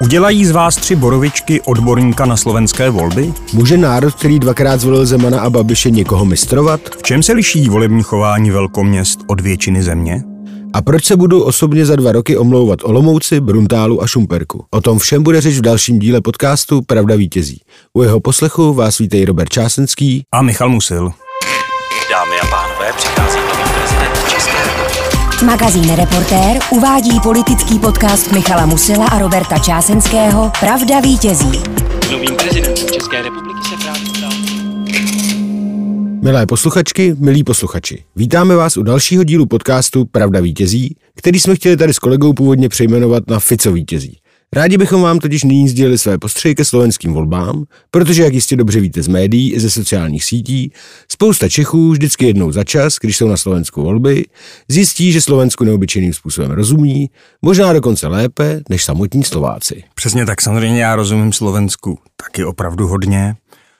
Udělají z vás 3 borovičky odborníka na slovenské volby? Může národ, který 2krát zvolil Zemana a Babiše, někoho mistrovat? V čem se liší volební chování velkoměst od většiny země? A proč se budu osobně za 2 roky omlouvat Olomouci, Bruntálu a Šumperku? O tom všem bude řeč v dalším díle podcastu Pravda vítězí. U jeho poslechu vás vítají Robert Čásenský a Michal Musil. Dámy a pánové, přichází nový prezident České republiky. Magazín Reportér uvádí politický podcast Michala Musila a Roberta Čásenského Pravda vítězí. Novým prezidentem České republiky se právě stal. Milé posluchačky, milí posluchači, vítáme vás u dalšího dílu podcastu Pravda vítězí, který jsme chtěli tady s kolegou původně přejmenovat na Fico vítězí. Rádi bychom vám totiž nyní sdělili své postřehy ke slovenským volbám, protože, jak jistě dobře víte z médií i ze sociálních sítí, spousta Čechů vždycky jednou za čas, když jsou na Slovensku volby, zjistí, že Slovensku neobyčejným způsobem rozumí, možná dokonce lépe než samotní Slováci. Přesně tak, samozřejmě já rozumím Slovensku taky opravdu hodně.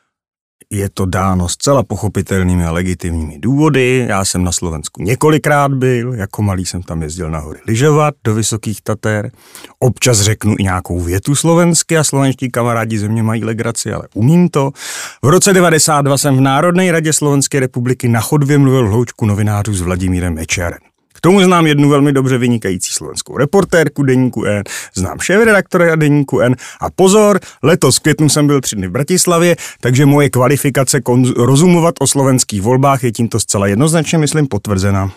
Je to dáno zcela pochopitelnými a legitimními důvody. Já jsem na Slovensku několikrát byl, jako malý jsem tam jezdil na hory lyžovat do Vysokých Tater. Občas řeknu i nějakou větu slovensky a slovenští kamarádi ze mě mají legraci, ale umím to. V roce 1992 jsem v Národnej radě Slovenské republiky na chodbě mluvil v hloučku novinářů s Vladimírem Mečiarem. K tomu znám jednu velmi dobře vynikající slovenskou reportérku deníku N, znám šéfredaktora deníku N a pozor, letos v květnu jsem byl 3 dny v Bratislavě, takže moje kvalifikace rozumovat o slovenských volbách je tímto zcela jednoznačně, myslím, potvrzena.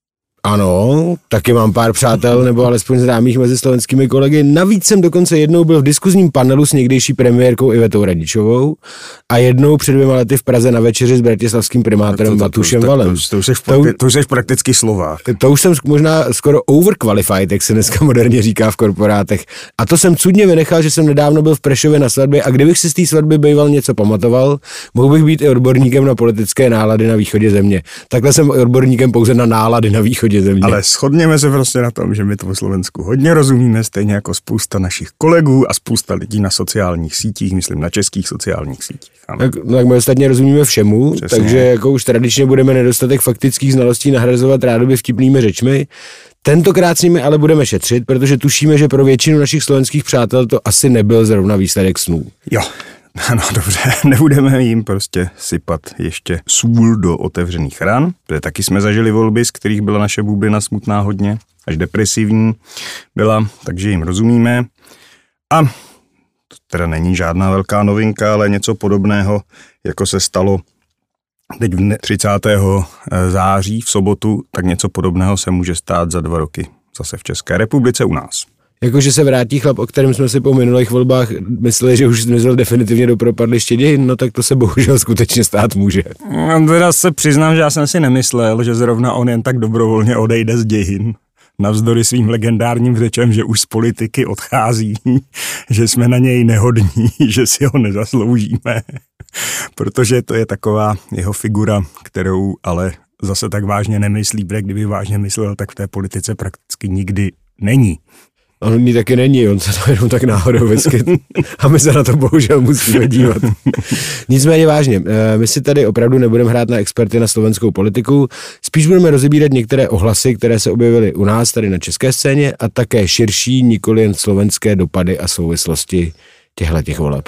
Ano, taky mám pár přátel, nebo alespoň známých mezi slovenskými kolegy. Navíc jsem dokonce jednou byl v diskuzním panelu s někdejší premiérkou Ivetou Radičovou a jednou před 2 lety v Praze na večeři s bratislavským primátorem Matušem Valem. To už jsi prakticky Slovák. To už jsem možná skoro overqualified, jak se dneska moderně říká v korporátech. A to jsem cudně vynechal, že jsem nedávno byl v Prešově na svatbě a kdybych si z té svatby býval něco pamatoval, mohl bych být i odborníkem na politické nálady na východě země. Takhle jsem odborníkem pouze na nálady na východě země. Ale shodněme se prostě na tom, že my to v Slovensku hodně rozumíme, stejně jako spousta našich kolegů a spousta lidí na sociálních sítích, myslím na českých sociálních sítích. Tak my ostatně rozumíme všemu, přesně. Takže jako už tradičně budeme nedostatek faktických znalostí nahrazovat rádoby vtipnými řečmi. Tentokrát s nimi ale budeme šetřit, protože tušíme, že pro většinu našich slovenských přátel to asi nebyl zrovna výsledek snů. Jo. No dobře, nebudeme jim prostě sypat ještě sůl do otevřených ran, protože taky jsme zažili volby, z kterých byla naše bublina smutná hodně, až depresivní byla, takže jim rozumíme. A to teda není žádná velká novinka, ale něco podobného, jako se stalo teď 30. září v sobotu, tak něco podobného se může stát za 2 roky zase v České republice u nás. Jakože se vrátí chlap, o kterém jsme si po minulých volbách mysleli, že už zmizel definitivně do propadliště dějin, no tak to se bohužel skutečně stát může. Teda se přiznám, že já jsem si nemyslel, že zrovna on jen tak dobrovolně odejde z dějin. Navzdory svým legendárním řečem, že už z politiky odchází, že jsme na něj nehodní, že si ho nezasloužíme. Protože to je taková jeho figura, kterou ale zase tak vážně nemyslí, protože kdyby vážně myslel, tak v té politice prakticky nikdy není. On ní taky není, on se to jenom tak náhodou vyskyt a my se na to bohužel musíme dívat. Nicméně vážně, my si tady opravdu nebudeme hrát na experty na slovenskou politiku, spíš budeme rozebírat některé ohlasy, které se objevily u nás tady na české scéně a také širší, nikoli jen slovenské dopady a souvislosti těchto voleb.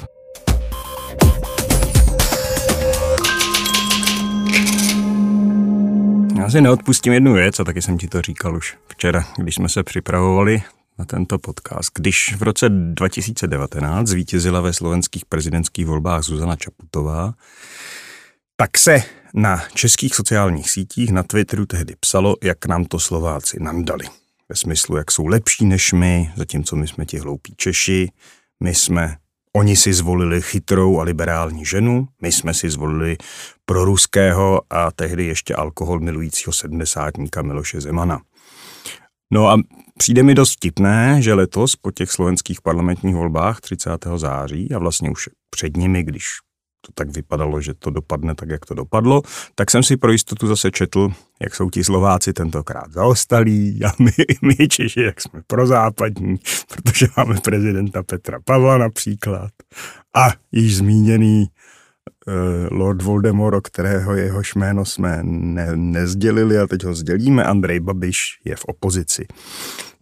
Já si neodpustím jednu věc a taky jsem ti to říkal už včera, když jsme se připravovali na tento podcast. Když v roce 2019 zvítězila ve slovenských prezidentských volbách Zuzana Čaputová, tak se na českých sociálních sítích na Twitteru tehdy psalo, jak nám to Slováci nandali. Ve smyslu, jak jsou lepší než my, zatímco my jsme ti hloupí Češi, oni si zvolili chytrou a liberální ženu, my jsme si zvolili proruského a tehdy ještě alkohol milujícího 70-tníka Miloše Zemana. No a přijde mi dost vtipné, že letos po těch slovenských parlamentních volbách 30. září a vlastně už před nimi, když to tak vypadalo, že to dopadne tak, jak to dopadlo, tak jsem si pro jistotu zase četl, jak jsou ti Slováci tentokrát zaostalí a my Češi, jak jsme prozápadní, protože máme prezidenta Petra Pavla například a již zmíněný Lord Voldemort, jehož jméno jsme nezdělili a teď ho sdělíme, Andrej Babiš je v opozici.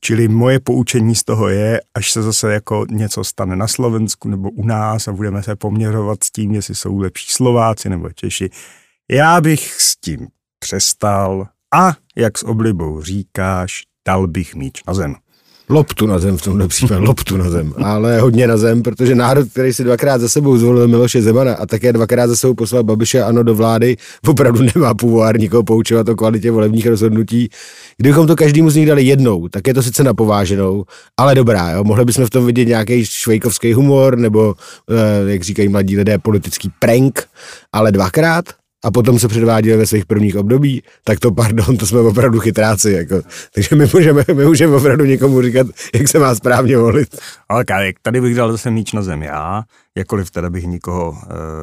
Čili moje poučení z toho je, až se zase jako něco stane na Slovensku nebo u nás a budeme se poměřovat s tím, jestli jsou lepší Slováci nebo Češi, já bych s tím přestal a, jak s oblibou říkáš, dal bych míč na zem. Loptu na zem v tomhle případě, loptu na zem, ale hodně na zem, protože národ, který si 2krát za sebou zvolil Miloše Zemana a také 2krát za sebou poslal Babiše ANO do vlády, opravdu nemá pouvoir nikoho poučovat o kvalitě volebních rozhodnutí. Kdybychom to každému z nich dali jednou, tak je to sice na pováženou, ale dobrá, jo? Mohli bychom v tom vidět nějaký švejkovský humor nebo, jak říkají mladí lidé, politický prank, ale 2krát a potom se předváděli ve svých prvních období, tak to pardon, to jsme opravdu chytráci. Jako. Takže my můžeme opravdu někomu říkat, jak se má správně volit. Ale tady bych dal zase míč na zem já, jakkoliv teda bych nikoho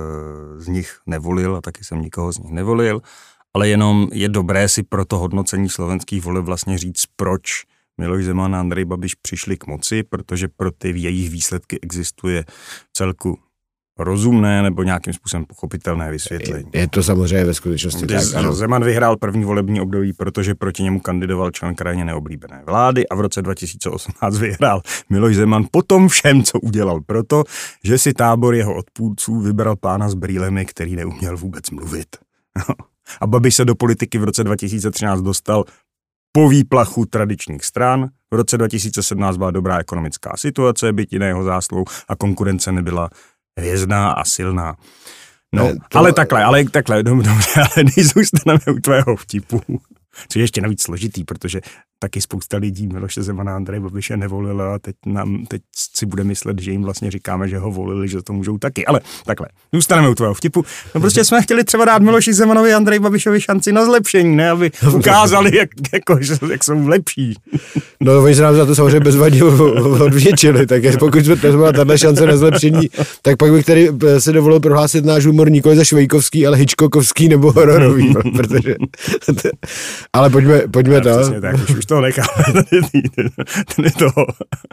z nich nevolil a taky jsem nikoho z nich nevolil, ale jenom je dobré si pro to hodnocení slovenských voleb vlastně říct, proč Miloš Zeman a Andrej Babiš přišli k moci, protože pro ty jejich výsledky existuje celku rozumné nebo nějakým způsobem pochopitelné vysvětlení. Je to samozřejmě ve skutečnosti tak. Ano. Zeman vyhrál první volební období, protože proti němu kandidoval člen krajně neoblíbené vlády a v roce 2018 vyhrál Miloš Zeman po tom všem, co udělal proto, že si tábor jeho odpůrců vybral pána s brýlemi, který neuměl vůbec mluvit. A Babiš se do politiky v roce 2013 dostal po výplachu tradičních stran. V roce 2017 byla dobrá ekonomická situace, byť i na jeho zásluhou a konkurence nebyla hvězdná a silná. No, ale takhle, dobře, ale když zůstaneme u tvého vtipu, což je ještě navíc složitý, protože taky spousta lidí Miloše Zemana a Andreje Babiše nevolila a teď si bude myslet, že jim vlastně říkáme, že ho volili, že to můžou taky, ale takhle, zůstaneme u tvého vtipu. No prostě jsme chtěli třeba dát Miloši Zemanovi a Andreji Babišovi šanci na zlepšení, ne, aby ukázali, jak jsou lepší. No, oni se nám za to samozřejmě bezvadně odvděčili, tak pokud jsme tato šance na zlepšení, tak pak bych tady se dovolil prohlásit náš humor nikoli za švejkovský, ale hitchcockovský nebo hororový, protože... Ale pojďme to. Přesně tak, už toho necháme, tady toho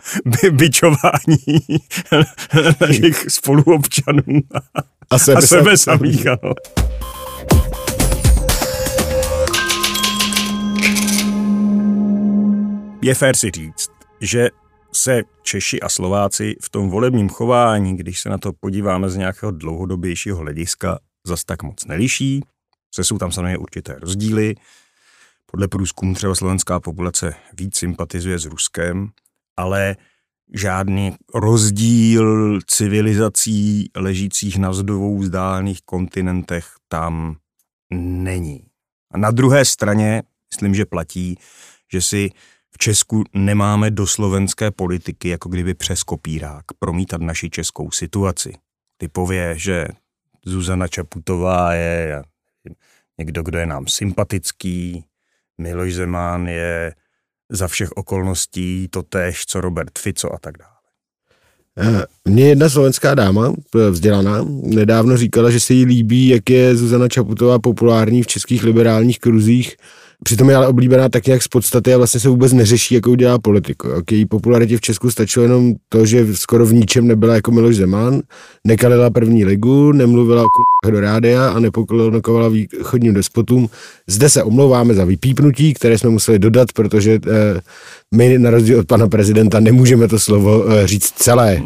bičování našich spoluobčanů a sebe samých, ano. Je fér si říct, že se Češi a Slováci v tom volebním chování, když se na to podíváme z nějakého dlouhodobějšího hlediska, zas tak moc neliší. Jsou tam samozřejmě určité rozdíly. Podle průzkumu třeba slovenská populace víc sympatizuje s Ruskem, ale žádný rozdíl civilizací ležících na dvou vzdálených kontinentech tam není. A na druhé straně, myslím, že platí, že si v Česku nemáme do slovenské politiky jako kdyby přes kopírák promítat naši českou situaci. Typově, že Zuzana Čaputová je někdo, kdo je nám sympatický, Miloš Zeman je za všech okolností totéž, co Robert Fico a tak dále. Mně jedna slovenská dáma, vzdělaná, nedávno říkala, že se jí líbí, jak je Zuzana Čaputová populární v českých liberálních kruzích. Přitom je ale oblíbená tak nějak z podstaty a vlastně se vůbec neřeší, jakou dělá politiku. K její popularitě v Česku stačilo jenom to, že skoro v ničem nebyla jako Miloš Zeman, nekalila první ligu, nemluvila o do rádia a nepoklonokovala východním despotům. Zde se omlouváme za vypípnutí, které jsme museli dodat, protože my na rozdíl od pana prezidenta nemůžeme to slovo říct celé.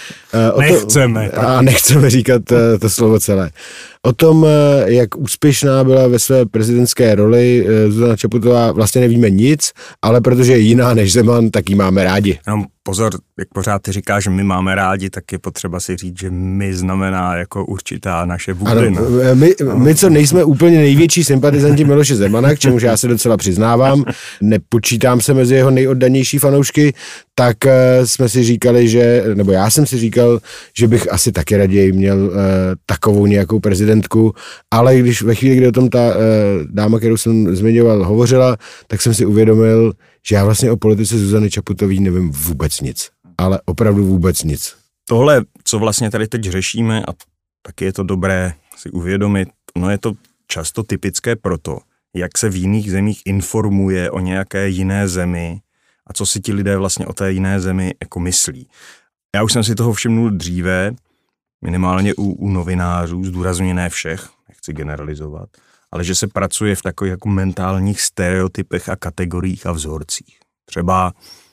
Nechceme říkat to slovo celé. O tom, jak úspěšná byla ve své prezidentské roli Zuzana Čaputová, vlastně nevíme nic, ale protože je jiná než Zeman, tak ji máme rádi. Jenom pozor, jak pořád ty říkáš, že my máme rádi, tak je potřeba si říct, že my znamená jako určitá naše bublina. My, co nejsme úplně největší sympatizanti Miloše Zemana, k čemuž já se docela přiznávám, nepočítám se mezi jeho nejoddanější fanoušky, tak jsme si říkali, nebo já jsem si říkal, že bych asi taky raději měl takovou nějakou prezidentku, ale když ve chvíli, kdy o tom ta dáma, kterou jsem zmiňoval, hovořila, tak jsem si uvědomil, že já vlastně o politice Zuzany Čaputový nevím vůbec nic, ale opravdu vůbec nic. Tohle, co vlastně tady teď řešíme, a taky je to dobré si uvědomit, no je to často typické proto, jak se v jiných zemích informuje o nějaké jiné zemi a co si ti lidé vlastně o té jiné zemi jako myslí. Já už jsem si toho všimnul dříve, minimálně u novinářů, zdůrazňuji ne všech, nechci generalizovat, ale že se pracuje v takových jako mentálních stereotypech a kategoriích a vzorcích. Třeba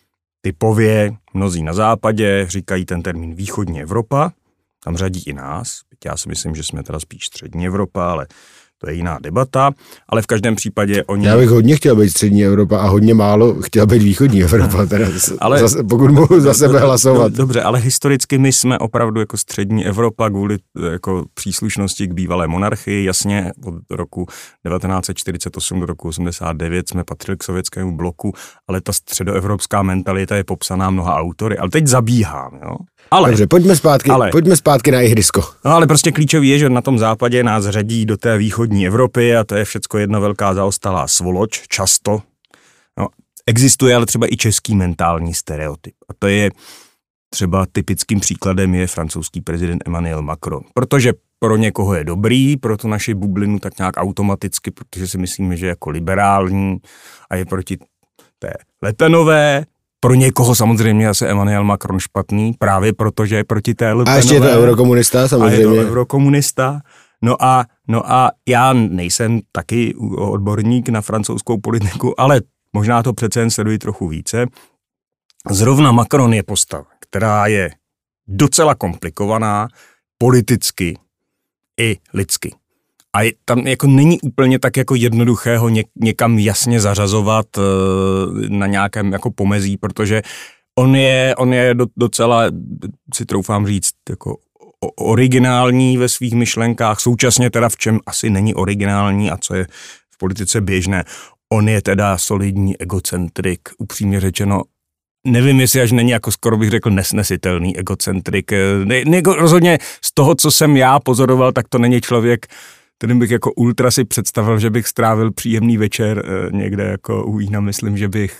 typově mnozí na západě říkají ten termín východní Evropa, tam řadí i nás, já si myslím, že jsme teda spíš střední Evropa, ale to je jiná debata, ale v každém případě oni... Já bych hodně chtěl být střední Evropa a hodně málo chtěl být východní Evropa, teda ale, pokud mohu za sebe hlasovat. Dobře, ale historicky my jsme opravdu jako střední Evropa kvůli jako příslušnosti k bývalé monarchii, jasně od roku 1948 do roku 89 jsme patřili k sovětskému bloku, ale ta středoevropská mentalita je popsaná mnoha autory, ale teď zabíhám, jo? Ale, dobře, pojďme zpátky na ihrisko. No ale prostě klíčový je, že na tom západě nás řadí do té východní Evropy a to je všecko jedna velká zaostalá svoloč, často. No, existuje ale třeba i český mentální stereotyp. A to je třeba typickým příkladem je francouzský prezident Emmanuel Macron. Protože pro někoho je dobrý, pro tu naši bublinu tak nějak automaticky, protože si myslíme, že je jako liberální a je proti té Le Penové. Pro někoho samozřejmě zase Emmanuel Macron špatný, právě protože je proti té Le Penové. A ještě je to eurokomunista samozřejmě. A je to eurokomunista. No a já nejsem taky odborník na francouzskou politiku, ale možná to přece jen sleduji trochu více. Zrovna Macron je postava, která je docela komplikovaná politicky i lidsky. A tam jako není úplně tak jako jednoduché ho někam jasně zařazovat na nějakém jako pomezí, protože on je docela, si troufám říct, jako originální ve svých myšlenkách, současně teda v čem asi není originální a co je v politice běžné. On je teda solidní egocentrik, upřímně řečeno. Nevím, jestli až není jako skoro bych řekl nesnesitelný egocentrik. Rozhodně z toho, co jsem já pozoroval, tak to není člověk, kterým bych jako ultra si představil, že bych strávil příjemný večer někde jako u vína. Myslím, že by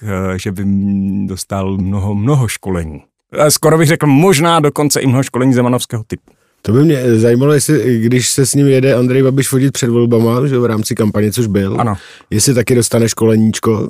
dostal mnoho školení. Skoro bych řekl možná dokonce i mnoho školení zemanovského typu. To by mě zajímalo, jestli, když se s ním jede Andrej Babiš fotit před volbama, že v rámci kampaně, což byl, ano. Jestli taky dostane školeníčko,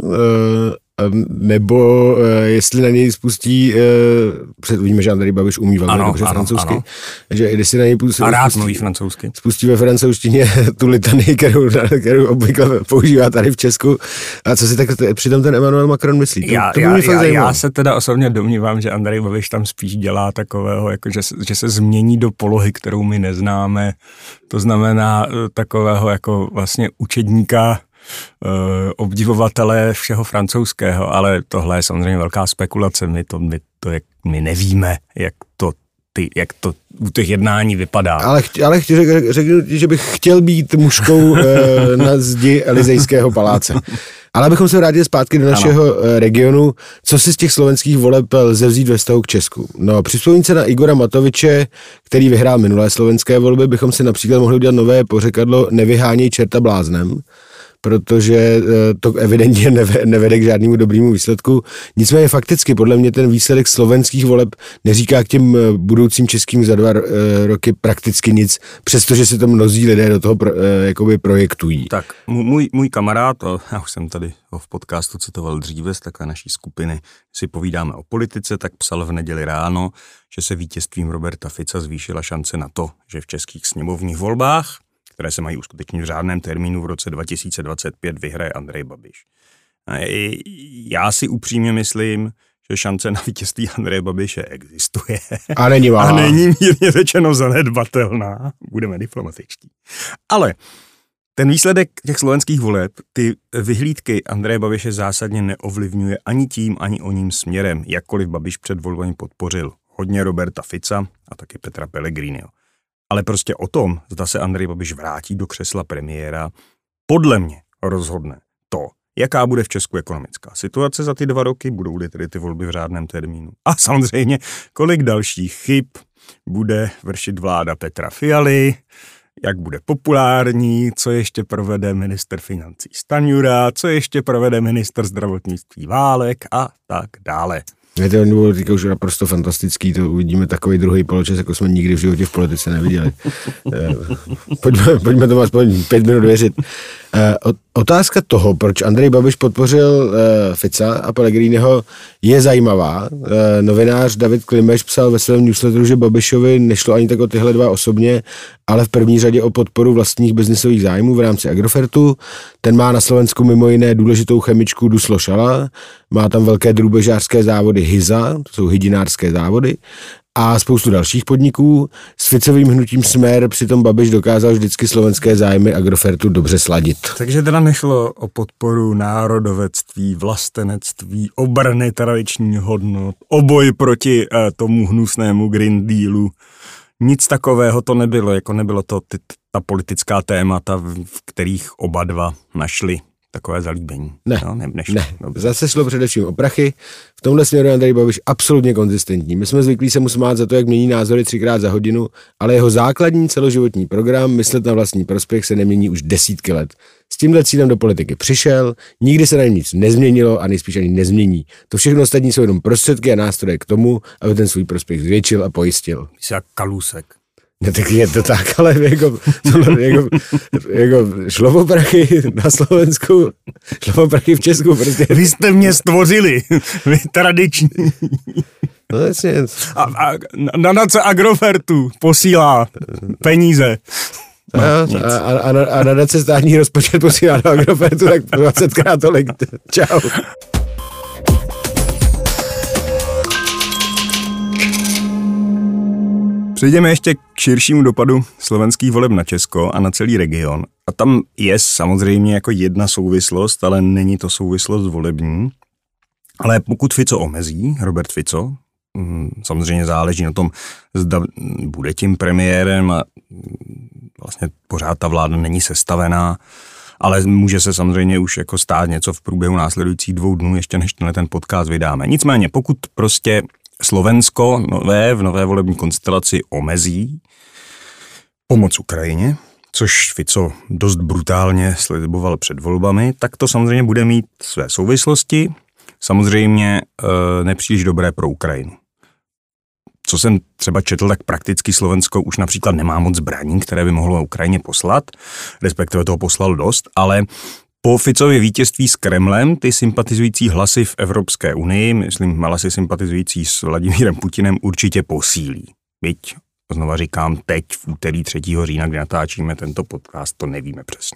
nebo jestli na něj spustí, víme, že Andrej Babiš umí velmi dobře francouzsky, že když si na něj a rád mluví francouzsky. Spustí ve francouzštině tu litanii, kterou obvykle používá tady v Česku. A co si tak přitom ten Emmanuel Macron myslí? Já se teda osobně domnívám, že Andrej Babiš tam spíš dělá takového, jako že se změní do polohy, kterou my neznáme. To znamená takového jako vlastně učedníka, obdivovatele všeho francouzského, ale tohle je samozřejmě velká spekulace, my nevíme, jak to u těch jednání vypadá. Ale řeknu ti, že bych chtěl být mužkou na zdi Elizejského paláce. Ale abychom se vrátili zpátky do našeho regionu, co si z těch slovenských voleb lze vzít ve vztahu k Česku? No, při vzpomínce na Igora Matoviče, který vyhrál minulé slovenské volby, bychom si například mohli udělat nové pořekadlo nevyháněj čerta bláznem, protože to evidentně nevede k žádnému dobrému výsledku. Nicméně fakticky podle mě ten výsledek slovenských voleb neříká k těm budoucím českým za 2 roky prakticky nic, přestože se to mnozí lidé do toho jakoby projektují. Tak můj kamarád, já už jsem tady ho v podcastu citoval dříve z takové naší skupiny, si povídáme o politice, tak psal v neděli ráno, že se vítězstvím Roberta Fica zvýšila šance na to, že v českých sněmovních volbách, které se mají uskutečnit v řádném termínu v roce 2025, vyhraje Andrej Babiš. Já si upřímně myslím, že šance na vítězství Andreje Babiše existuje. A není malá. A není mírně řečeno zanedbatelná. Budeme diplomatičtí. Ale ten výsledek těch slovenských voleb, ty vyhlídky Andreje Babiše zásadně neovlivňuje ani tím, ani oním směrem, jakkoliv Babiš před volbami podpořil hodně Roberta Fica a taky Petra Pellegriniho. Ale prostě o tom, zda se Andrej Babiš vrátí do křesla premiéra, podle mě rozhodne to, jaká bude v Česku ekonomická situace za ty 2 roky, budou-li tedy ty volby v řádném termínu. A samozřejmě, kolik dalších chyb bude vršit vláda Petra Fialy, jak bude populární, co ještě provede ministr financí Stanjura, co ještě provede ministr zdravotnictví Válek a tak dále. To bylo teďka už naprosto fantastický, to uvidíme takový druhý poločas, jako jsme nikdy v životě v politice neviděli. Pojďme tomu aspoň 5 minut věřit. Otázka toho, proč Andrej Babiš podpořil Fica a Pellegriniho, je zajímavá. Novinář David Klimeš psal ve svém newsletteru, že Babišovi nešlo ani tak o tyhle dva osobně, ale v první řadě o podporu vlastních biznisových zájmů v rámci Agrofertu. Ten má na Slovensku mimo jiné důležitou chemičku Duslo Šala, má tam velké drůbežářské závody Hyza, to jsou hydinářské závody, a spoustu dalších podniků. S Ficovým hnutím Smer přitom Babiš dokázal vždycky slovenské zájmy Agrofertu dobře sladit. Takže teda nešlo o podporu národovectví, vlastenectví, obrany tradičních hodnot, o boj proti tomu hnusnému Green Dealu. Nic takového to nebylo, jako nebylo to ta politická témata, v kterých oba dva našli takové zalíbení. Ne. Zase šlo především o prachy. V tomhle směru je Andrej Babiš absolutně konzistentní. My jsme zvyklí se mu smát za to, jak mění názory 3krát za hodinu, ale jeho základní celoživotní program myslet na vlastní prospěch se nemění už desítky let. S tímhle cílem do politiky přišel, nikdy se na něm nic nezměnilo a nejspíš ani nezmění. To všechno ostatní jsou jenom prostředky a nástroje k tomu, aby ten svůj prospěch zvětšil a pojistil. Jsi jak Kalousek. Ne, tak je to tak, ale jako šlo o prachy na Slovensku, šlo o prachy v Česku. Prostě. Vy jste mě stvořili, vy tradiční. No jasně. A nadace Agrofertu posílá peníze. A nadace státní rozpočet posílá do Agrofertu tak 20krát tolik. Čau. Přejdeme ještě k širšímu dopadu slovenských voleb na Česko a na celý region. A tam je samozřejmě jako jedna souvislost, ale není to souvislost volební. Ale pokud Fico omezí, Robert Fico, samozřejmě záleží na tom, zda bude tím premiérem a vlastně pořád ta vláda není sestavená, ale může se samozřejmě už jako stát něco v průběhu následujících 2 dnů, ještě než ten podcast vydáme. Nicméně, pokud prostě Slovensko v nové volební konstelaci omezí pomoc Ukrajině, což Fico dost brutálně sliboval před volbami, tak to samozřejmě bude mít své souvislosti, samozřejmě nepříliš dobré pro Ukrajinu. Co jsem třeba četl, tak prakticky Slovensko už například nemá moc zbraní, které by mohlo Ukrajině poslat, respektive toho poslal dost, ale po Ficově vítězství s Kremlem ty sympatizující hlasy v Evropské unii, myslím hlasy sympatizující s Vladimírem Putinem, určitě posílí. Byť, znova říkám, teď v úterý 3. října, kdy natáčíme tento podcast, to nevíme přesně.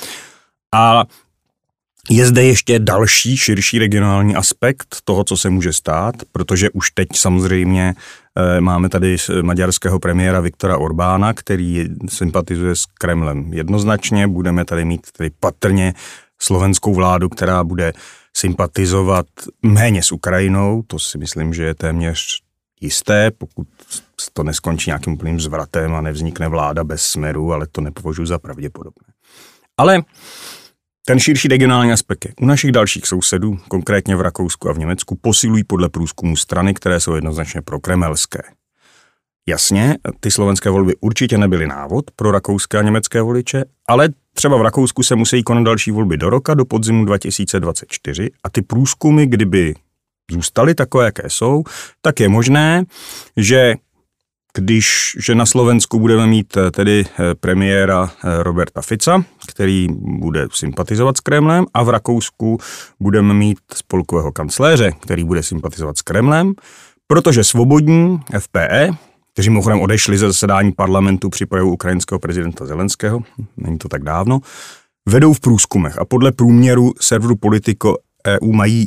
A je zde ještě další, širší regionální aspekt toho, co se může stát, protože už teď samozřejmě máme tady maďarského premiéra Viktora Orbána, který sympatizuje s Kremlem jednoznačně. Budeme tady mít tady patrně slovenskou vládu, která bude sympatizovat méně s Ukrajinou. To si myslím, že je téměř jisté, pokud to neskončí nějakým úplným zvratem a nevznikne vláda bez Smeru, ale to nepovažuji za pravděpodobné. Ale ten širší regionální aspekt je u našich dalších sousedů, konkrétně v Rakousku a v Německu, posilují podle průzkumu strany, které jsou jednoznačně prokremelské. Jasně, ty slovenské volby určitě nebyly návod pro rakouské a německé voliče, ale třeba v Rakousku se musí konat další volby do roka, do podzimu 2024 a ty průzkumy, kdyby zůstaly takové, jaké jsou, tak je možné, že že na Slovensku budeme mít tedy premiéra Roberta Fica, který bude sympatizovat s Kremlem, a v Rakousku budeme mít spolkového kancléře, který bude sympatizovat s Kremlem, protože svobodní FPE, kteří mimochodem odešli ze zasedání parlamentu při projevu ukrajinského prezidenta Zelenského, není to tak dávno, vedou v průzkumech a podle průměru serveru Politico EU mají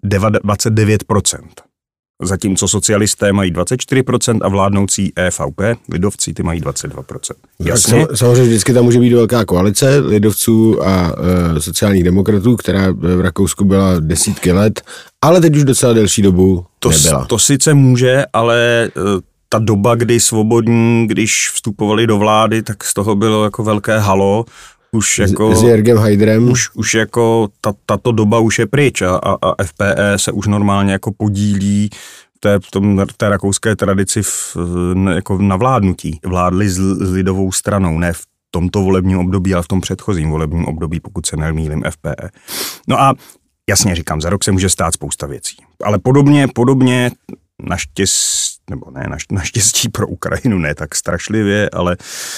29%. Zatímco socialisté mají 24% a vládnoucí EVP, lidovci, ty mají 22%. Jasně. Samozřejmě vždycky tam může být velká koalice lidovců a sociálních demokratů, která v Rakousku byla desítky let, ale teď už docela delší dobu nebyla. To sice může, ale ta doba, kdy svobodní, když vstupovali do vlády, tak z toho bylo jako velké halo. Už jako, s Jörgem Haiderem. Už jako tato doba už je pryč a FPE se už normálně jako podílí v té rakouské tradici jako na vládnutí. Vládli s lidovou stranou, ne v tomto volebním období, ale v tom předchozím volebním období, pokud se nemýlím, FPE. No a jasně říkám, za rok se může stát spousta věcí. Ale podobně naštěstí pro Ukrajinu, ne tak strašlivě, ale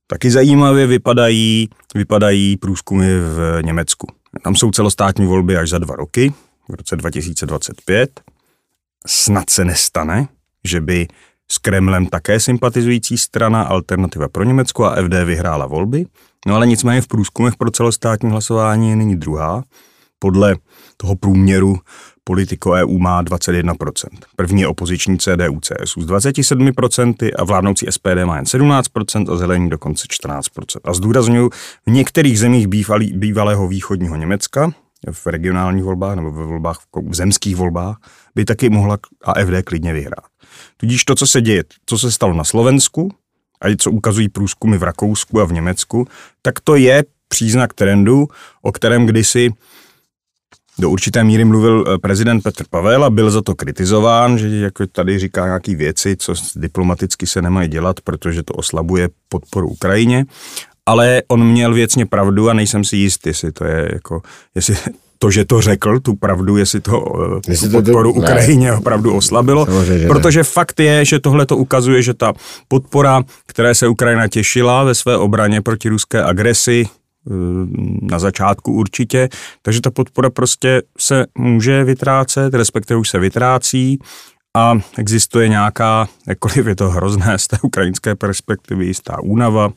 Taky zajímavě vypadají průzkumy v Německu. Tam jsou celostátní volby až za 2 roky, v roce 2025. Snad se nestane, že by s Kremlem také sympatizující strana Alternativa pro Německo a AfD vyhrála volby. No ale nicméně v průzkumech pro celostátní hlasování je nyní druhá. Podle toho průměru Politico EU má 21%. První je opoziční CDU-CSU s 27% a vládnoucí SPD má jen 17% a zelení dokonce 14%. A zdůrazňuji, v některých zemích bývalého východního Německa, v regionálních volbách nebo v zemských volbách, by taky mohla AfD klidně vyhrát. Tudíž to, co se děje, co se stalo na Slovensku a co ukazují průzkumy v Rakousku a v Německu, tak to je příznak trendu, o kterém kdysi do určité míry mluvil prezident Petr Pavel a byl za to kritizován, že jako tady říká nějaké věci, co diplomaticky se nemají dělat, protože to oslabuje podporu Ukrajině. Ale on měl věcně pravdu a nejsem si jist, jestli to je jako, jestli to, že to řekl, tu pravdu, jestli to podporu Ukrajině opravdu oslabilo. Protože fakt je, že tohle to ukazuje, že ta podpora, které se Ukrajina těšila ve své obraně proti ruské agresi, na začátku určitě, takže ta podpora prostě se může vytrácet, respektive už se vytrácí a existuje nějaká, jakkoliv je to hrozné z té ukrajinské perspektivy, jistá únava.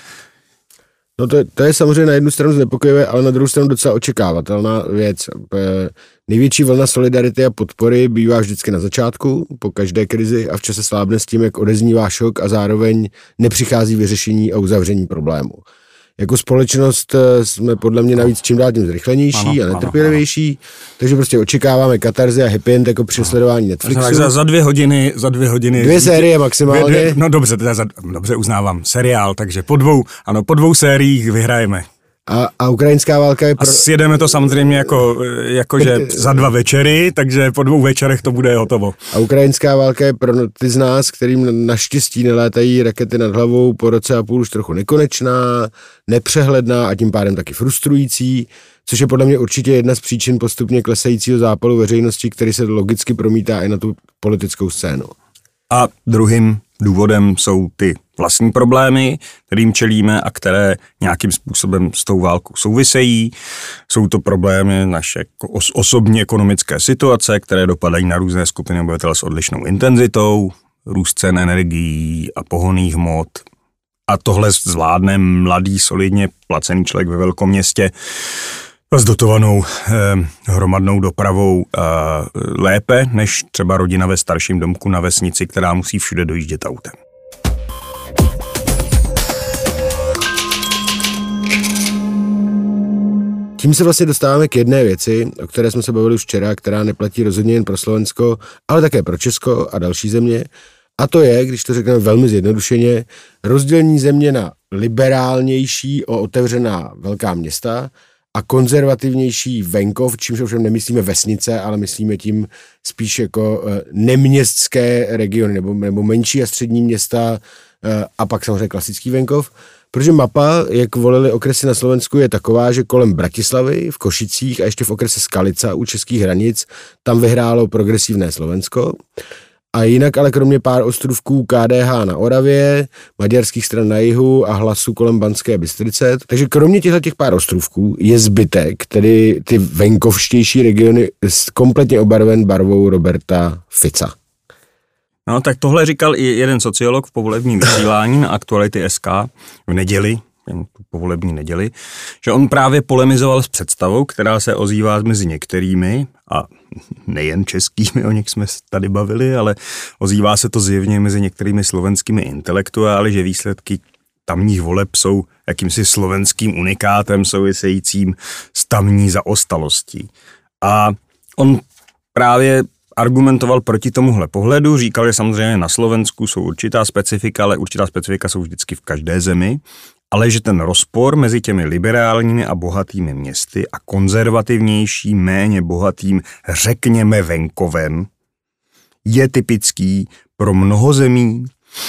No to je samozřejmě na jednu stranu znepokojivé, ale na druhou stranu docela očekávatelná věc. Největší vlna solidarity a podpory bývá vždycky na začátku, po každé krizi a v čase slábne s tím, jak odeznívá šok a zároveň nepřichází vyřešení a uzavření problému. Jako společnost jsme podle mě navíc čím dál tím zrychlenější a netrpělivější, takže prostě očekáváme katarzy a happy end jako při sledování Netflixu. Tak za 2 hodiny. 2 série maximálně. No dobře, dobře uznávám, seriál, takže po 2 sériích vyhrajeme. A ukrajinská válka je... A sjedeme to samozřejmě jako že za 2 večery, takže po 2 večerech to bude hotovo. A ukrajinská válka je pro ty z nás, kterým naštěstí nelétají rakety nad hlavou, po roce a půl už trochu nekonečná, nepřehledná a tím pádem taky frustrující, což je podle mě určitě jedna z příčin postupně klesajícího zápalu veřejnosti, který se logicky promítá i na tu politickou scénu. A druhým důvodem jsou ty vlastní problémy, kterým čelíme a které nějakým způsobem s tou válkou souvisejí. Jsou to problémy naše osobní ekonomické situace, které dopadají na různé skupiny obyvatel s odlišnou intenzitou, růst cen energií a pohonných hmot. A tohle zvládne mladý, solidně placený člověk ve velkoměstě s dotovanou hromadnou dopravou lépe než třeba rodina ve starším domku na vesnici, která musí všude dojíždět autem. Tím se vlastně dostáváme k jedné věci, o které jsme se bavili už včera, která neplatí rozhodně jen pro Slovensko, ale také pro Česko a další země. A to je, když to řekneme velmi zjednodušeně, rozdělení země na liberálnější otevřená velká města a konzervativnější venkov, čímž ovšem nemyslíme vesnice, ale myslíme tím spíš jako neměstské regiony nebo menší a střední města a pak samozřejmě klasický venkov. Protože mapa, jak volili okresy na Slovensku, je taková, že kolem Bratislavy, v Košicích a ještě v okrese Skalica u českých hranic, tam vyhrálo progresivné Slovensko. A jinak ale kromě pár ostrovků KDH na Oravě, maďarských stran na jihu a Hlasu kolem Banské Bystrice. Takže kromě těch pár ostrovků je zbytek, tedy ty venkovštější regiony, kompletně obarven barvou Roberta Fica. No tak tohle říkal i jeden sociolog v povolebním vysílání na Aktuality.sk v neděli, povolební neděli, že on právě polemizoval s představou, která se ozývá mezi některými, a nejen českými, o nich jsme tady bavili, ale ozývá se to zjevně mezi některými slovenskými intelektuály, že výsledky tamních voleb jsou jakýmsi slovenským unikátem souvisejícím s tamní zaostalostí. A on právě argumentoval proti tomuhle pohledu, říkal, že samozřejmě na Slovensku jsou určitá specifika, ale určitá specifika jsou vždycky v každé zemi, ale že ten rozpor mezi těmi liberálními a bohatými městy a konzervativnější, méně bohatým, řekněme venkovem, je typický pro mnoho zemí,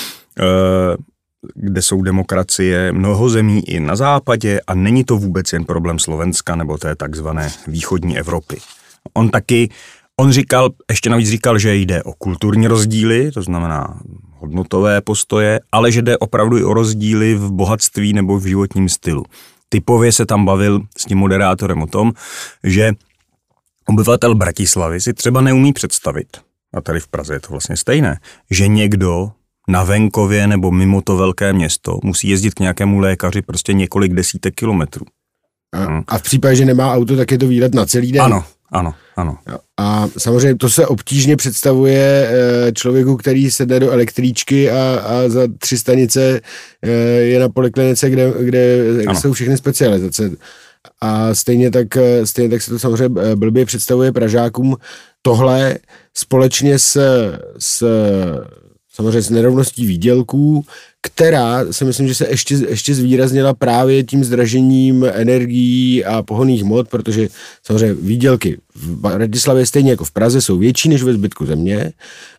kde jsou demokracie, mnoho zemí i na západě a není to vůbec jen problém Slovenska nebo té takzvané východní Evropy. On taky On říkal, ještě navíc říkal, že jde o kulturní rozdíly, to znamená hodnotové postoje, ale že jde opravdu i o rozdíly v bohatství nebo v životním stylu. Typově se tam bavil s tím moderátorem o tom, že obyvatel Bratislavy si třeba neumí představit, a tady v Praze je to vlastně stejné, že někdo na venkově nebo mimo to velké město musí jezdit k nějakému lékaři prostě několik desítek kilometrů. A v případě, že nemá auto, tak je to výlet na celý den? Ano. A samozřejmě to se obtížně představuje člověku, který sedne do elektríčky a za 3 stanice je na poliklinice, kde jsou všechny specializace. A stejně tak se to samozřejmě blbě představuje Pražákům. Tohle společně samozřejmě s nerovností výdělků, která si myslím, že se ještě zvýraznila právě tím zdražením energií a pohonných hmot, protože samozřejmě výdělky v Bratislavě stejně jako v Praze jsou větší než ve zbytku země,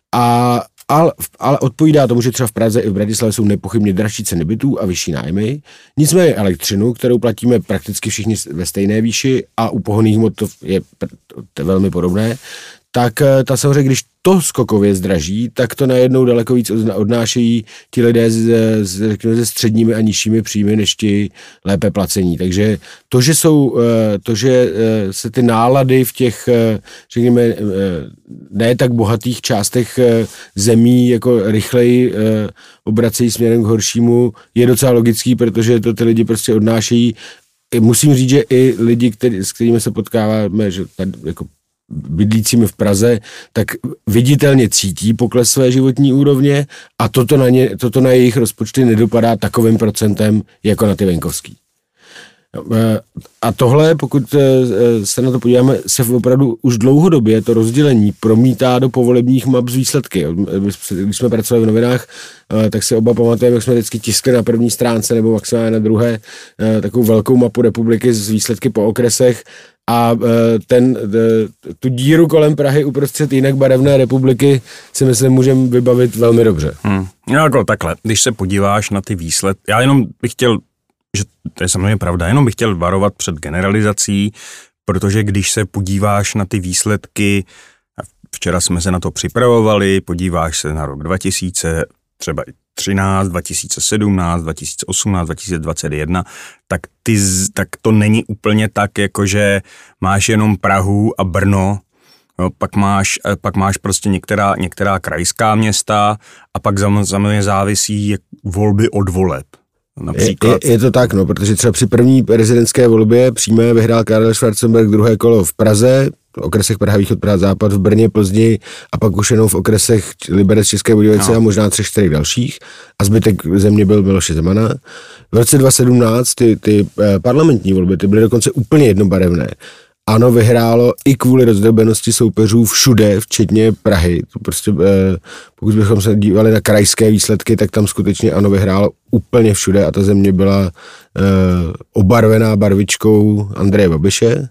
ale odpovídá tomu, že třeba v Praze i v Bratislavě jsou nepochybně dražší ceny bytů a vyšší nájmy. Nicméně elektřinu, kterou platíme prakticky všichni ve stejné výši a u pohonných hmot to je velmi podobné, tak ta samozřejmě, když to skokově zdraží, tak to najednou daleko víc odnášejí ti lidé se středními a nižšími příjmy než ti lépe placení. Takže to, že se ty nálady v těch, řekněme, ne tak bohatých částech zemí jako rychleji obracejí směrem k horšímu, je docela logický, protože to ty lidi prostě odnášejí. Musím říct, že i lidi, s kterými se potkáváme, že tady jako bydlícími v Praze, tak viditelně cítí pokles své životní úrovně a toto na jejich rozpočty nedopadá takovým procentem jako na ty venkovský. A tohle, pokud se na to podíváme, se opravdu už dlouhodobě to rozdělení promítá do povolebních map z výsledky. Když jsme pracovali v novinách, tak si oba pamatujeme, jak jsme vždycky tiskli na první stránce nebo maximálně na druhé takovou velkou mapu republiky z výsledky po okresech a tu díru kolem Prahy uprostřed jinak barevné republiky si myslím můžeme vybavit velmi dobře. No jako takhle, když se podíváš na ty výsledky, já jenom bych chtěl, že to je samozřejmě pravda, jenom bych chtěl varovat před generalizací, protože když se podíváš na ty výsledky, včera jsme se na to připravovali, podíváš se na rok 2000, třeba 2013, 2017, 2018, 2021, tak to není úplně tak, jakože máš jenom Prahu a Brno, jo, pak máš prostě některá krajská města a pak samozřejmě závisí volby od voleb. Například. Je to tak, no, protože třeba při první prezidentské volbě přímé vyhrál Karel Schwarzenberg druhé kolo v Praze, v okresech Praha Východ, Praha Západ, v Brně, Plzni a pak už jenom v okresech Liberec, České Budějovice a možná 3-4 dalších. A zbytek země byl Miloše Zemana. V roce 2017 ty parlamentní volby ty byly dokonce úplně jednobarevné. ANO vyhrálo i kvůli rozdrobenosti soupeřů všude, včetně Prahy. To prostě, pokud bychom se dívali na krajské výsledky, tak tam skutečně ANO vyhrálo úplně všude a ta země byla obarvená barvičkou Andreje Babiše.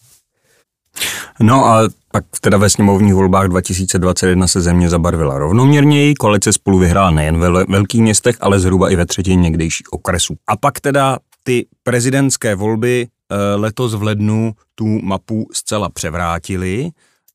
No a pak teda ve sněmovních volbách 2021 se země zabarvila rovnoměrněji, koalice Spolu vyhrála nejen ve velkých městech, ale zhruba i ve třetině někdejších okresů. A pak teda ty prezidentské volby letos v lednu tu mapu zcela převrátili,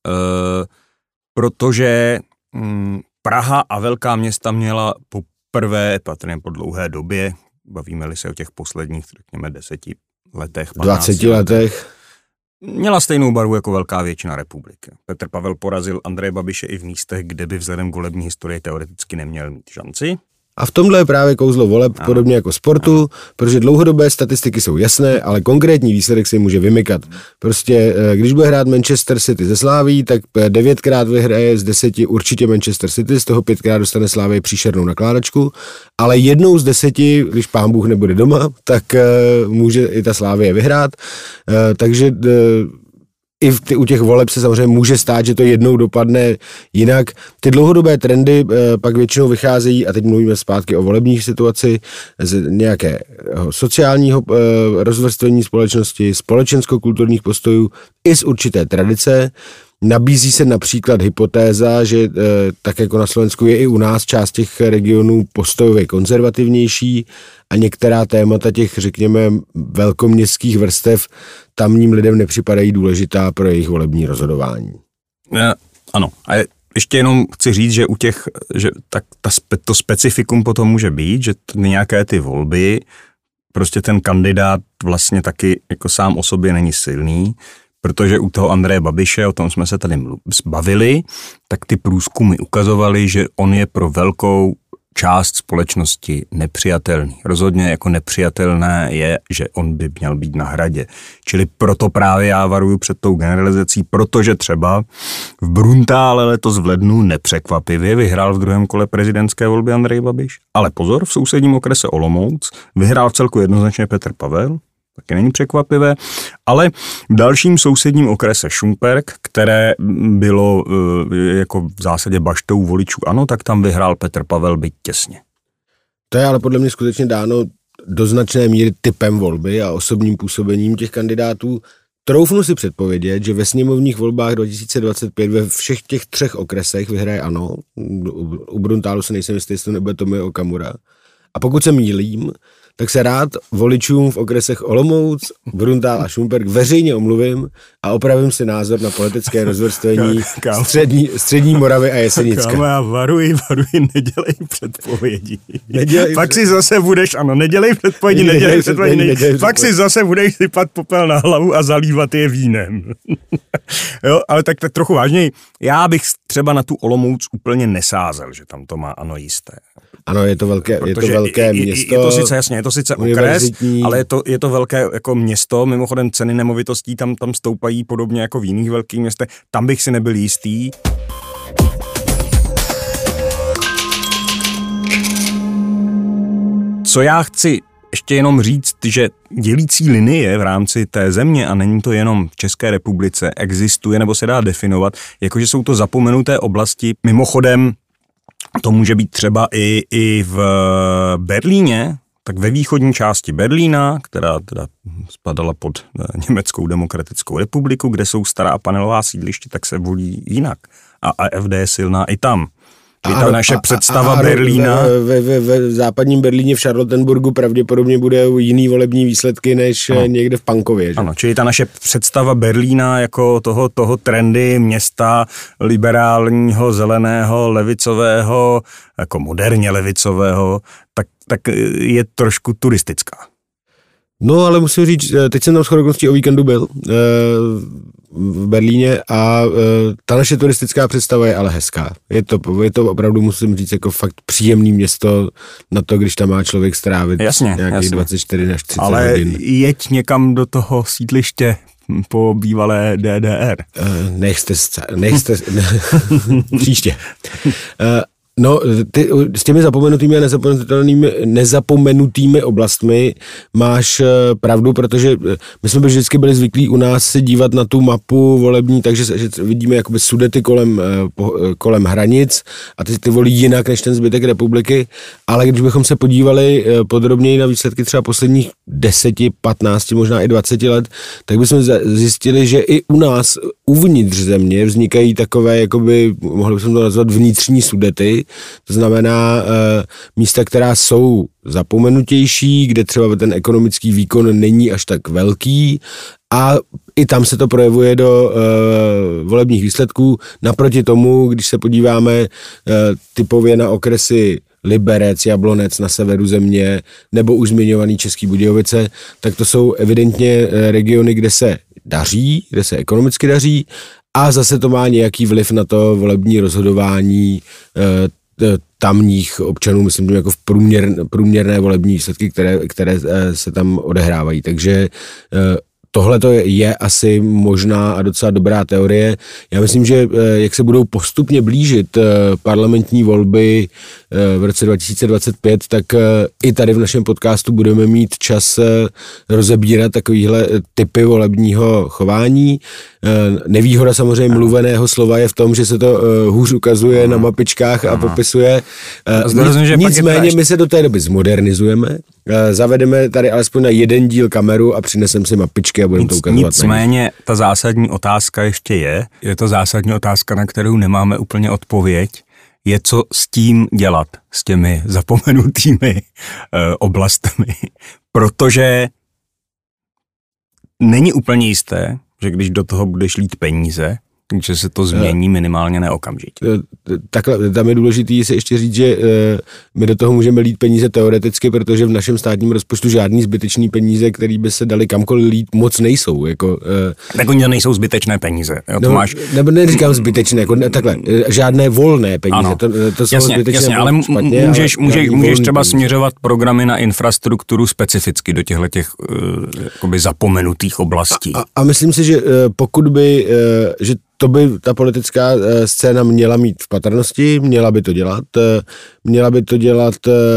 protože Praha a velká města měla poprvé, patrně po dlouhé době, bavíme-li se o těch posledních, řekněme, 10 letech, 20 letech, měla stejnou barvu jako velká většina republiky. Petr Pavel porazil Andreje Babiše i v místech, kde by vzhledem k volební historii teoreticky neměl mít šanci. A v tomhle je právě kouzlo voleb, podobně jako sportu, protože dlouhodobé statistiky jsou jasné, ale konkrétní výsledek se může vymykat. Prostě, když bude hrát Manchester City ze Slaví, tak 9krát vyhraje z 10 určitě Manchester City, z toho 5krát dostane Slávě příšernou nakládačku, ale jednou z 10, když pán Bůh nebude doma, tak může i ta Slávie vyhrát. Takže i u těch voleb se samozřejmě může stát, že to jednou dopadne jinak. Ty dlouhodobé trendy pak většinou vycházejí, a teď mluvíme zpátky o volebních situaci, z nějakého sociálního rozvrstvení společnosti, společensko-kulturních postojů i z určité tradice. Nabízí se například hypotéza, že tak jako na Slovensku je i u nás část těch regionů postojově konzervativnější a některá témata těch, řekněme, velkoměstských vrstev tamním lidem nepřipadají důležitá pro jejich volební rozhodování. Ano, a ještě jenom chci říct, že u těch, že to specifikum potom může být, že nějaké ty volby, prostě ten kandidát vlastně taky jako sám o sobě není silný, protože u toho Andreje Babiše, o tom jsme se tady bavili, tak ty průzkumy ukazovaly, že on je pro velkou část společnosti nepřijatelný. Rozhodně jako nepřijatelné je, že on by měl být na Hradě. Čili proto právě já varuju před tou generalizací, protože třeba v Bruntále letos v lednu nepřekvapivě vyhrál v druhém kole prezidentské volby Andrej Babiš. Ale pozor, v sousedním okrese Olomouc vyhrál vcelku jednoznačně Petr Pavel, taky není překvapivé, ale v dalším sousedním okrese Šumperk, které bylo jako v zásadě baštou voličů ANO, tak tam vyhrál Petr Pavel, byť těsně. To je ale podle mě skutečně dáno do značné míry typem volby a osobním působením těch kandidátů. Troufnu si předpovědět, že ve sněmovních volbách 2025 ve všech těch 3 okresech vyhraje ANO. U Bruntálu se nejsem jistý, jestli to nebude Tomio Okamura. A pokud se mýlím, tak se rád voličům v okresech Olomouc, Bruntál a Šumperk veřejně omluvím a opravím si názor na politické rozvrstvení střední Moravy a Jesenicka. Kámo, já varuji, nedělej předpovědi. Pak si zase budeš, nedělej předpovědi, pak si zase budeš sypat popel na hlavu a zalívat je vínem. Jo, ale tak trochu vážněji, já bych třeba na tu Olomouc úplně nesázel, že tam to má ANO jisté. Ano, je to velké město. Je to sice jasně, je to sice okres, ale je to velké jako město, mimochodem ceny nemovitostí tam stoupají podobně jako v jiných velkých městech, tam bych si nebyl jistý. Co já chci ještě jenom říct, že dělící linie v rámci té země, a není to jenom v České republice, existuje nebo se dá definovat, jakože jsou to zapomenuté oblasti. Mimochodem, to může být třeba i v Berlíně, tak ve východní části Berlína, která teda spadala pod Německou demokratickou republiku, kde jsou stará panelová sídliště, tak se volí jinak. A AfD je silná i tam. Je ta naše představa Berlína. Ve západním Berlíně v Charlottenburgu pravděpodobně bude jiný volební výsledky než někde v Pankově. Že? Ano, čili ta naše představa Berlína jako toho trendy města liberálního, zeleného, levicového, jako moderně levicového, tak je trošku turistická. No, ale musím říct, teď jsem tam shodou okolností o víkendu byl v Berlíně a ta naše turistická představa je ale hezká. Je to opravdu, musím říct, jako fakt příjemný město na to, když tam má člověk strávit nějakých 24 až 30 ale hodin. Ale jeď někam do toho sídliště po bývalé DDR. Nechste příště. No, s těmi zapomenutými a nezapomenutými oblastmi máš pravdu, protože my jsme vždycky byli zvyklí u nás se dívat na tu mapu volební, takže vidíme jakoby Sudety kolem hranic a ty volí jinak než ten zbytek republiky, ale když bychom se podívali podrobněji na výsledky třeba posledních 10, 15, možná i 20 let, tak bychom zjistili, že i u nás uvnitř země vznikají takové, jakoby, mohli bychom to nazvat vnitřní Sudety. To znamená místa, která jsou zapomenutější, kde třeba ten ekonomický výkon není až tak velký a i tam se to projevuje do volebních výsledků. Naproti tomu, když se podíváme typově na okresy Liberec, Jablonec na severu země nebo už zmiňovaný Český Budějovice, tak to jsou evidentně regiony, kde se daří, kde se ekonomicky daří a zase to má nějaký vliv na to volební rozhodování tamních občanů, myslím, jako v průměrné volební výsledky, které se tam odehrávají. Takže tohle to je asi možná a docela dobrá teorie. Já myslím, že jak se budou postupně blížit parlamentní volby v roce 2025, tak i tady v našem podcastu budeme mít čas rozebírat takovýhle typy volebního chování. Nevýhoda samozřejmě mluveného slova je v tom, že se to hůř ukazuje na mapičkách a popisuje. Nicméně my se do té doby zmodernizujeme, zavedeme tady alespoň na jeden díl kameru a přinesem si mapičky a budeme to ukazovat. Nicméně ta zásadní otázka ještě je to zásadní otázka, na kterou nemáme úplně odpověď, je co s tím dělat, s těmi zapomenutými oblastmi, protože není úplně jisté, že když do toho budeš lít peníze, Takže se to změní minimálně neokamžitě. Takhle, tam je důležitý se ještě říct, že my do toho můžeme lít peníze teoreticky, protože v našem státním rozpočtu žádný zbytečný peníze, které by se dali kamkoliv lít, moc nejsou. Tak oni to nejsou zbytečné peníze. Jo, no, nebo neříkám zbytečné, takhle, žádné volné peníze. To jsou jasně, ale můžeš třeba směřovat programy na infrastrukturu specificky do těchto zapomenutých oblastí. A myslím si, že pokud by, že to by ta politická scéna měla mít v patrnosti, měla by to dělat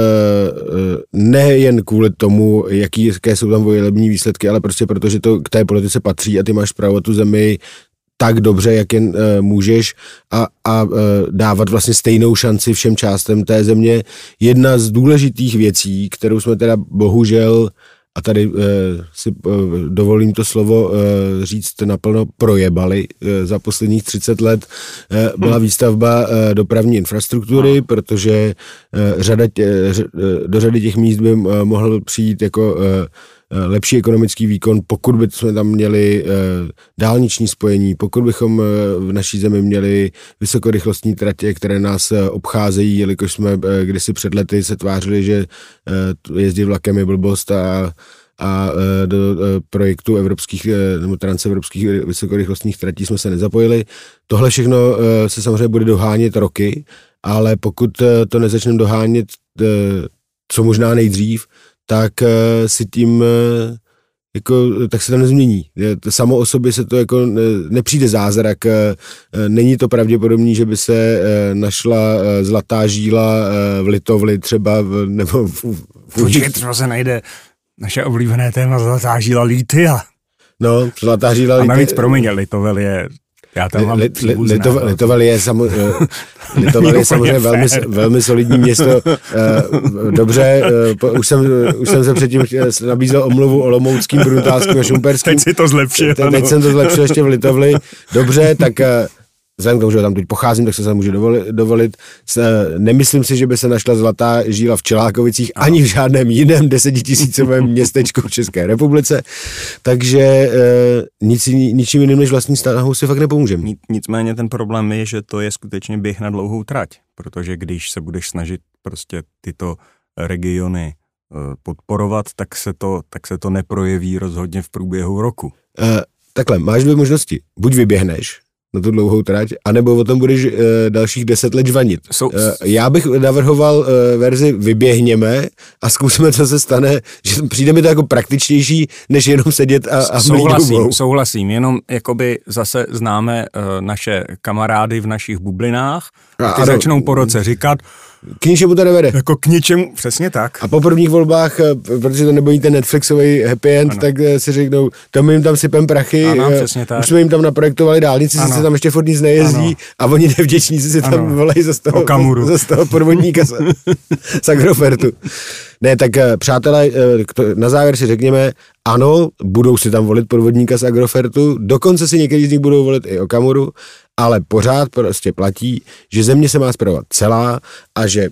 nejen kvůli tomu, jaké jsou tam volební výsledky, ale prostě protože to k té politice patří a ty máš právo tu zemi tak dobře, jak jen můžeš a dávat vlastně stejnou šanci všem částem té země. Jedna z důležitých věcí, kterou jsme teda bohužel, a tady si dovolím to slovo říct naplno, projebali za posledních 30 let, byla výstavba dopravní infrastruktury, protože do řady těch míst by mohl přijít jako lepší ekonomický výkon, pokud by jsme tam měli dálniční spojení, pokud bychom v naší zemi měli vysokorychlostní tratě, které nás obcházejí, jelikož jsme kdysi před lety se tvářili, že jezdit vlakem je blbost a do projektu evropských nebo transevropských vysokorychlostních tratí jsme se nezapojili. Tohle všechno se samozřejmě bude dohánět roky, ale pokud to nezačneme dohánět co možná nejdřív, tak si tím tak se to nezmění. Samo o sobě se to nepřijde zázrak. Není to pravděpodobný, že by se našla zlatá žíla v Litovli třeba, nebo třeba se najde naše oblíbené téma zlatá žíla lítia. No, zlatá žíla lítia. A navíc Litovel je... Já tam mám Litovel je samozřejmě velmi solidní město. Dobře, už jsem se předtím nabízel omluvu olomouckým, bruntáckým a šumperským. Teď si to zlepšil. Teď jsem to zlepšil ještě v Litovli. Dobře, tak vzhledem k tomu, že tam teď pocházím, tak se můžu dovolit. Nemyslím si, že by se našla zlatá žíla v Čelákovicích ani v žádném jiném 10 000 městečku v České republice, takže ničím jiným než vlastní snahou si fakt nepomůžeme. Nicméně ten problém je, že to je skutečně běh na dlouhou trať, protože když se budeš snažit prostě tyto regiony podporovat, tak se to neprojeví rozhodně v průběhu roku. Takhle, máš dvě možnosti. Buď vyběhneš na tu dlouhou trať, anebo o tom budeš dalších 10 let žvanit. Já bych navrhoval verzi vyběhněme a zkusíme, co se stane, že přijde mi to jako praktičtější, než jenom sedět a Souhlasím, jenom jakoby zase známe naše kamarády v našich bublinách a ty začnou po roce říkat, k ničemu to nevede. Jako k ničemu, přesně tak. A po prvních volbách, protože to nebojí ten Netflixový happy end, tak si řeknou, to my jim tam sypem prachy, už jsme jim tam naprojektovali dálnici, se tam ještě furt nic nejezdí a oni nevděčníci si tam volají za toho podvodníka z Agrofertu. Ne, tak přátelé, na závěr si řekněme, ano, budou si tam volit podvodníka z Agrofertu, dokonce si někteří z nich budou volit i Okamuru, ale pořád prostě platí, že země se má spravovat celá a že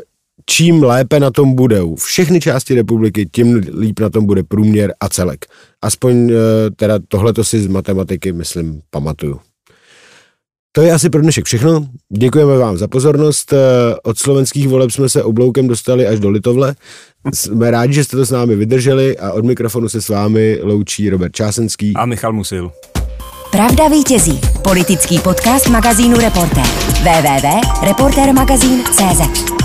čím lépe na tom budou všechny části republiky, tím líp na tom bude průměr a celek. Aspoň teda tohleto si z matematiky, myslím, pamatuju. To je asi pro dnešek všechno. Děkujeme vám za pozornost. Od slovenských voleb jsme se obloukem dostali až do Litovle. Jsme rádi, že jste to s námi vydrželi a od mikrofonu se s vámi loučí Robert Čásenský a Michal Musil. Pravda vítězí. Politický podcast magazínu Reportér. www.reportermagazin.cz